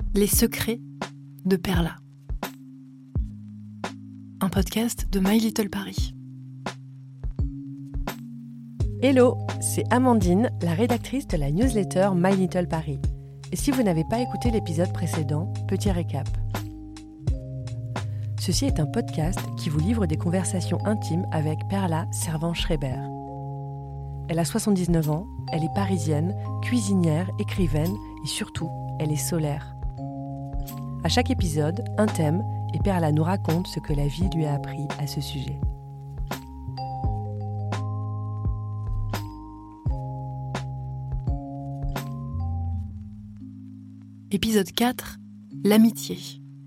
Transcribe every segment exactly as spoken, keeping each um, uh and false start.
Les secrets de Perla. Un podcast de My Little Paris. Hello, c'est Amandine, la rédactrice de la newsletter My Little Paris. Et si vous n'avez pas écouté l'épisode précédent, petit récap. Ceci est un podcast qui vous livre des conversations intimes avec Perla Servan-Schreiber. Elle a soixante-dix-neuf ans, elle est parisienne, cuisinière, écrivaine et surtout, elle est solaire. À chaque épisode, un thème, et Perla nous raconte ce que la vie lui a appris à ce sujet. Épisode quatre, l'amitié.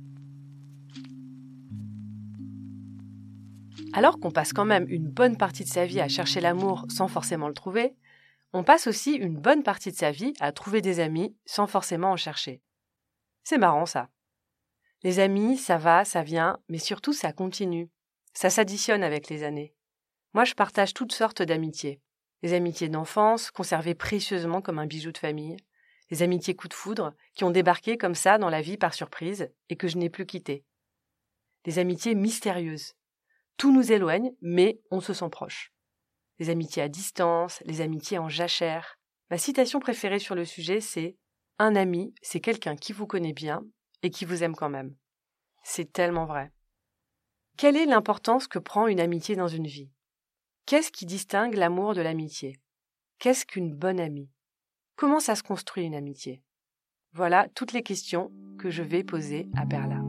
Alors qu'on passe quand même une bonne partie de sa vie à chercher l'amour sans forcément le trouver, on passe aussi une bonne partie de sa vie à trouver des amis sans forcément en chercher. C'est marrant ça. Les amis, ça va, ça vient, mais surtout ça continue. Ça s'additionne avec les années. Moi, je partage toutes sortes d'amitiés. Les amitiés d'enfance, conservées précieusement comme un bijou de famille. Les amitiés coup de foudre, qui ont débarqué comme ça dans la vie par surprise et que je n'ai plus quittées. Les amitiés mystérieuses. Tout nous éloigne, mais on se sent proche. Les amitiés à distance, les amitiés en jachère. Ma citation préférée sur le sujet, c'est « Un ami, c'est quelqu'un qui vous connaît bien et qui vous aime quand même ». C'est tellement vrai. Quelle est l'importance que prend une amitié dans une vie ? Qu'est-ce qui distingue l'amour de l'amitié ? Qu'est-ce qu'une bonne amie ? Comment ça se construit une amitié ? Voilà toutes les questions que je vais poser à Perla.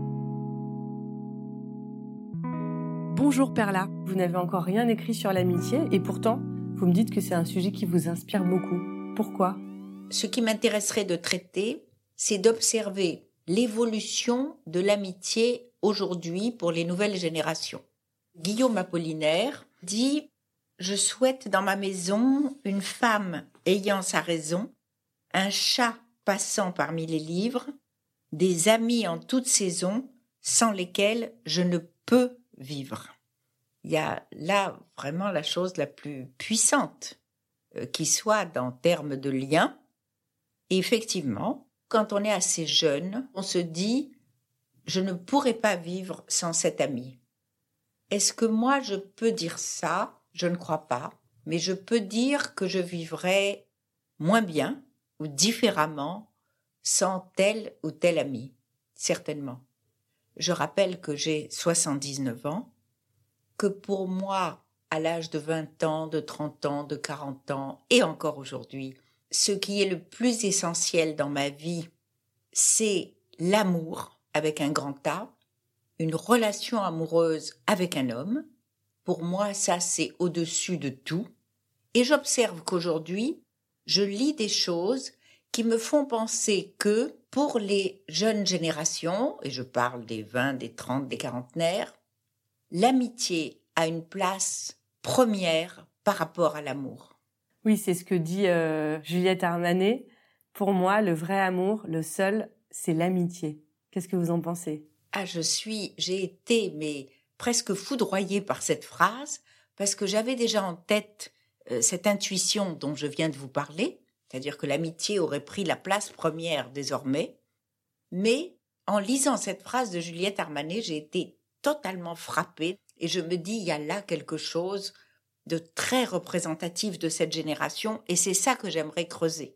Bonjour Perla, vous n'avez encore rien écrit sur l'amitié et pourtant, vous me dites que c'est un sujet qui vous inspire beaucoup. Pourquoi ? Ce qui m'intéresserait de traiter, c'est d'observer l'évolution de l'amitié aujourd'hui pour les nouvelles générations. Guillaume Apollinaire dit « Je souhaite dans ma maison une femme ayant sa raison, un chat passant parmi les livres, des amis en toute saison sans lesquels je ne peux vivre. » Il y a là vraiment la chose la plus puissante euh, qui soit en termes de lien. Et effectivement, quand on est assez jeune, on se dit « je ne pourrais pas vivre sans cet ami ». Est-ce que moi je peux dire ça ? Je ne crois pas. Mais je peux dire que je vivrais moins bien ou différemment sans tel ou tel ami. Certainement. Je rappelle que j'ai soixante-dix-neuf ans, que pour moi, à l'âge de vingt ans, de trente ans, de quarante ans, et encore aujourd'hui, ce qui est le plus essentiel dans ma vie, c'est l'amour avec un grand A, une relation amoureuse avec un homme. Pour moi, ça, c'est au-dessus de tout. Et j'observe qu'aujourd'hui, je lis des choses qui me font penser que pour les jeunes générations, et je parle des vingt, des trente, des quarantenaires, l'amitié a une place première par rapport à l'amour. Oui, c'est ce que dit euh, Juliette Armanet. Pour moi, le vrai amour, le seul, c'est l'amitié. Qu'est-ce que vous en pensez ? Ah, je suis, j'ai été, mais presque foudroyée par cette phrase, parce que j'avais déjà en tête euh, cette intuition dont je viens de vous parler, c'est-à-dire que l'amitié aurait pris la place première désormais. Mais en lisant cette phrase de Juliette Armanet, j'ai été totalement frappée et je me dis, il y a là quelque chose de très représentatif de cette génération et c'est ça que j'aimerais creuser.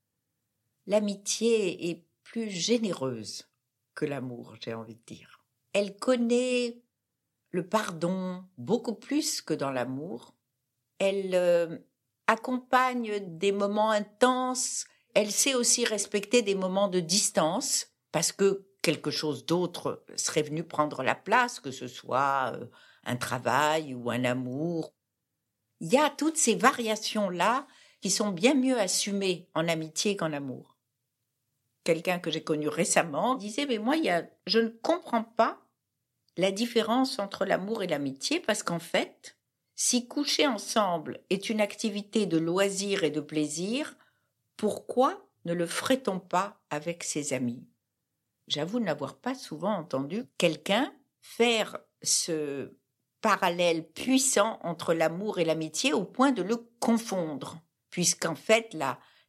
L'amitié est plus généreuse que l'amour, j'ai envie de dire. Elle connaît le pardon beaucoup plus que dans l'amour. Elle euh, accompagne des moments intenses. Elle sait aussi respecter des moments de distance parce que quelque chose d'autre serait venu prendre la place, que ce soit euh, un travail ou un amour. Il y a toutes ces variations-là qui sont bien mieux assumées en amitié qu'en amour. Quelqu'un que j'ai connu récemment disait « mais moi, il y a, je ne comprends pas la différence entre l'amour et l'amitié parce qu'en fait, si coucher ensemble est une activité de loisir et de plaisir, pourquoi ne le ferait-on pas avec ses amis ?» J'avoue n'avoir pas souvent entendu quelqu'un faire ce parallèle puissant entre l'amour et l'amitié au point de le confondre, puisqu'en fait, la,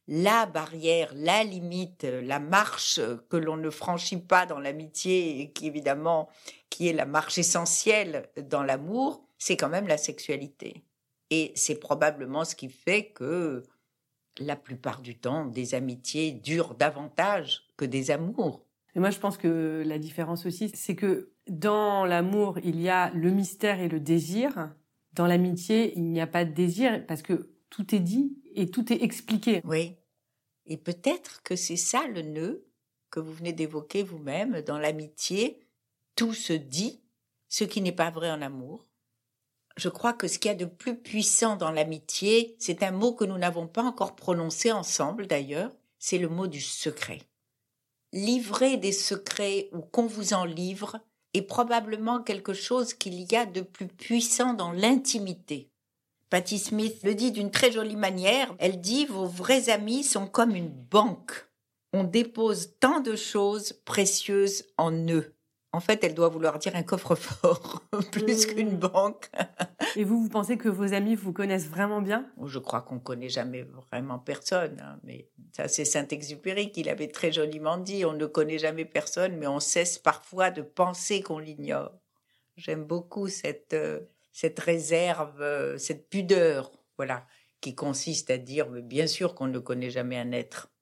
la barrière, la limite, la marche que l'on ne franchit pas dans l'amitié et qui évidemment qui est la marche essentielle dans l'amour, c'est quand même la sexualité. Et c'est probablement ce qui fait que la plupart du temps, des amitiés durent davantage que des amours. Et moi, je pense que la différence aussi, c'est que dans l'amour, il y a le mystère et le désir. Dans l'amitié, il n'y a pas de désir parce que tout est dit et tout est expliqué. Oui. Et peut-être que c'est ça le nœud que vous venez d'évoquer vous-même. Dans l'amitié, tout se dit, ce qui n'est pas vrai en amour. Je crois que ce qu'il y a de plus puissant dans l'amitié, c'est un mot que nous n'avons pas encore prononcé ensemble d'ailleurs, c'est le mot du secret. Livrer des secrets ou qu'on vous en livre est probablement quelque chose qu'il y a de plus puissant dans l'intimité. Patti Smith le dit d'une très jolie manière, elle dit « Vos vrais amis sont comme une banque. On dépose tant de choses précieuses en eux. » En fait, elle doit vouloir dire un coffre-fort, plus mmh. qu'une banque. Et vous, vous pensez que vos amis vous connaissent vraiment bien ? Je crois qu'on ne connaît jamais vraiment personne. Hein, mais ça, c'est Saint-Exupéry qui l'avait très joliment dit. On ne connaît jamais personne, mais on cesse parfois de penser qu'on l'ignore. J'aime beaucoup cette, euh, cette réserve, euh, cette pudeur, voilà, qui consiste à dire, mais bien sûr qu'on ne connaît jamais un être.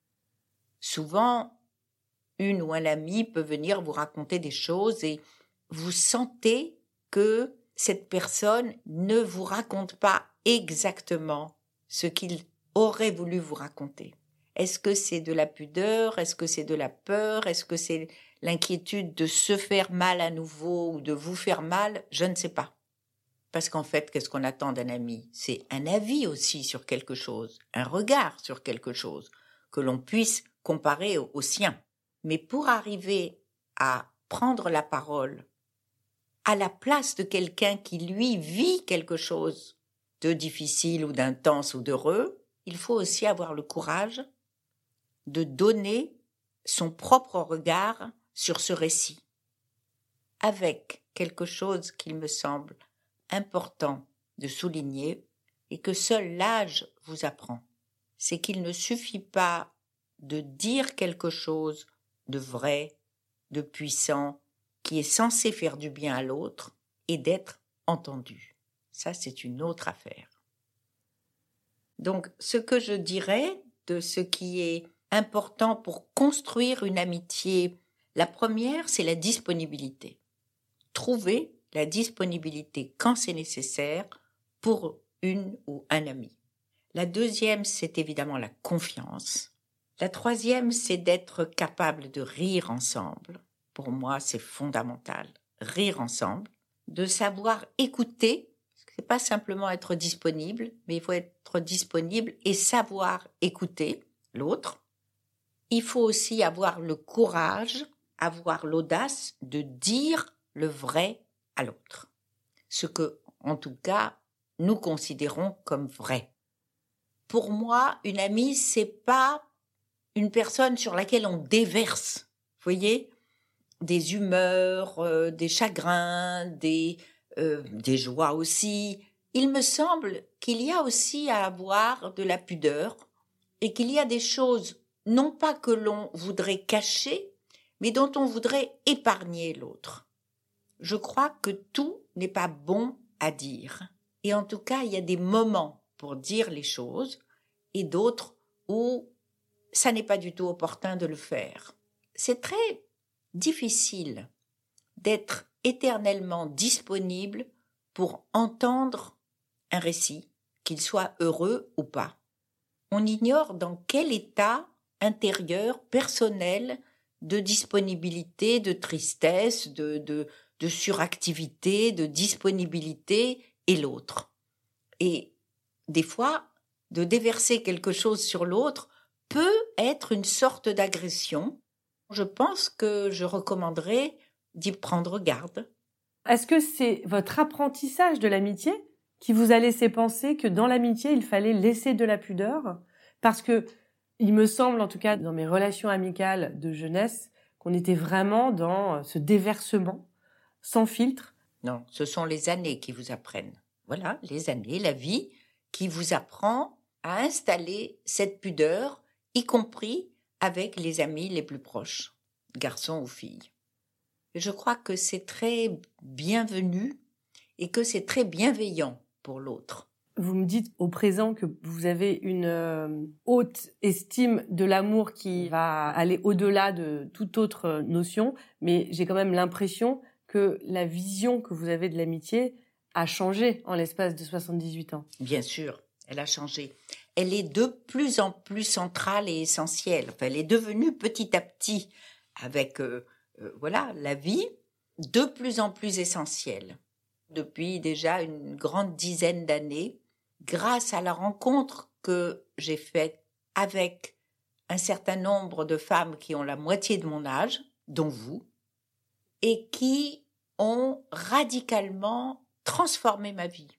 Souvent, une ou un ami peut venir vous raconter des choses et vous sentez que cette personne ne vous raconte pas exactement ce qu'il aurait voulu vous raconter. Est-ce que c'est de la pudeur? Est-ce que c'est de la peur? Est-ce que c'est l'inquiétude de se faire mal à nouveau ou de vous faire mal? Je ne sais pas. Parce qu'en fait, qu'est-ce qu'on attend d'un ami? C'est un avis aussi sur quelque chose, un regard sur quelque chose, que l'on puisse comparer au, au sien. Mais pour arriver à prendre la parole à la place de quelqu'un qui, lui, vit quelque chose de difficile ou d'intense ou d'heureux, il faut aussi avoir le courage de donner son propre regard sur ce récit, avec quelque chose qu'il me semble important de souligner et que seul l'âge vous apprend. C'est qu'il ne suffit pas de dire quelque chose de vrai, de puissant, qui est censé faire du bien à l'autre et d'être entendu. Ça, c'est une autre affaire. Donc, ce que je dirais de ce qui est important pour construire une amitié, la première, c'est la disponibilité. Trouver la disponibilité quand c'est nécessaire pour une ou un ami. La deuxième, c'est évidemment la confiance. La troisième, c'est d'être capable de rire ensemble. Pour moi, c'est fondamental. Rire ensemble, de savoir écouter. C'est pas simplement être disponible, mais il faut être disponible et savoir écouter l'autre. Il faut aussi avoir le courage, avoir l'audace de dire le vrai à l'autre. Ce que, en tout cas, nous considérons comme vrai. Pour moi, une amie, c'est pas une personne sur laquelle on déverse, vous voyez, des humeurs, euh, des chagrins, des, euh, des joies aussi. Il me semble qu'il y a aussi à avoir de la pudeur et qu'il y a des choses, non pas que l'on voudrait cacher, mais dont on voudrait épargner l'autre. Je crois que tout n'est pas bon à dire. Et en tout cas, il y a des moments pour dire les choses et d'autres où ça n'est pas du tout opportun de le faire. C'est très difficile d'être éternellement disponible pour entendre un récit, qu'il soit heureux ou pas. On ignore dans quel état intérieur, personnel, de disponibilité, de tristesse, de, de, de suractivité, de disponibilité est l'autre. Et des fois, de déverser quelque chose sur l'autre peut être une sorte d'agression. Je pense que je recommanderais d'y prendre garde. Est-ce que c'est votre apprentissage de l'amitié qui vous a laissé penser que dans l'amitié, il fallait laisser de la pudeur? Parce que il me semble, en tout cas dans mes relations amicales de jeunesse, qu'on était vraiment dans ce déversement, sans filtre. Non, ce sont les années qui vous apprennent. Voilà, les années, la vie qui vous apprend à installer cette pudeur, y compris avec les amis les plus proches, garçons ou filles. Et je crois que c'est très bienvenu et que c'est très bienveillant pour l'autre. Vous me dites au présent que vous avez une euh, haute estime de l'amour qui va aller au-delà de toute autre notion, mais j'ai quand même l'impression que la vision que vous avez de l'amitié a changé en l'espace de soixante-dix-huit ans. Bien sûr, elle a changé. Elle est de plus en plus centrale et essentielle. Enfin, elle est devenue petit à petit, avec euh, euh, voilà la vie, de plus en plus essentielle. Depuis déjà une grande dizaine d'années, grâce à la rencontre que j'ai faite avec un certain nombre de femmes qui ont la moitié de mon âge, dont vous, et qui ont radicalement transformé ma vie.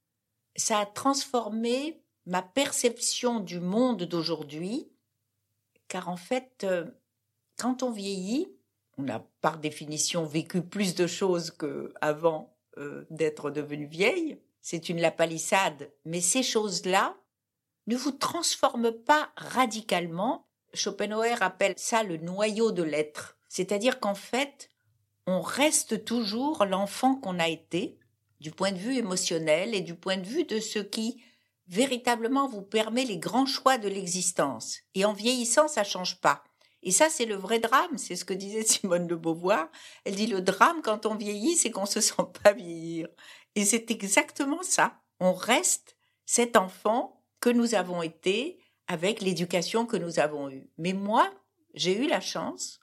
Ça a transformé ma perception du monde d'aujourd'hui, car en fait, euh, quand on vieillit, on a par définition vécu plus de choses qu'avant euh, d'être devenue vieille. C'est une lapalissade, mais ces choses-là ne vous transforment pas radicalement. Schopenhauer appelle ça le noyau de l'être. C'est-à-dire qu'en fait, on reste toujours l'enfant qu'on a été, du point de vue émotionnel et du point de vue de ce qui véritablement vous permet les grands choix de l'existence. Et en vieillissant, ça change pas. Et ça, c'est le vrai drame, c'est ce que disait Simone de Beauvoir. Elle dit, le drame quand on vieillit, c'est qu'on se sent pas vieillir. Et c'est exactement ça. On reste cet enfant que nous avons été avec l'éducation que nous avons eue. Mais moi, j'ai eu la chance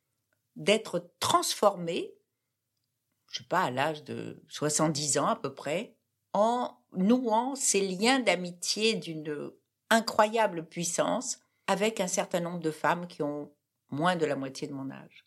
d'être transformée, je sais pas, à l'âge de soixante-dix ans à peu près, en nouant ces liens d'amitié d'une incroyable puissance avec un certain nombre de femmes qui ont moins de la moitié de mon âge.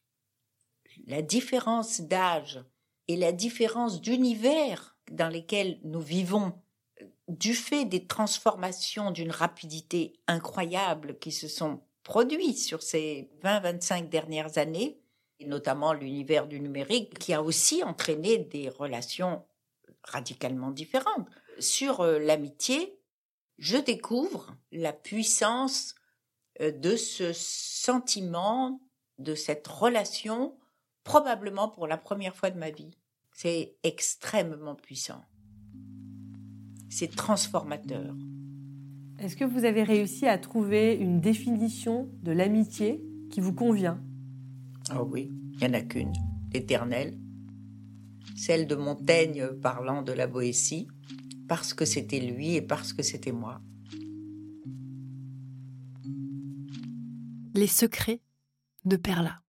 La différence d'âge et la différence d'univers dans lesquels nous vivons, du fait des transformations d'une rapidité incroyable qui se sont produites sur ces vingt à vingt-cinq dernières années, et notamment l'univers du numérique, qui a aussi entraîné des relations radicalement différentes. Sur euh, l'amitié, je découvre la puissance euh, de ce sentiment, de cette relation, probablement pour la première fois de ma vie. C'est extrêmement puissant. C'est transformateur. Est-ce que vous avez réussi à trouver une définition de l'amitié qui vous convient ? Oh oui, il n'y en a qu'une, l'éternelle. Celle de Montaigne parlant de la Boétie, parce que c'était lui et parce que c'était moi. Les secrets de Perla.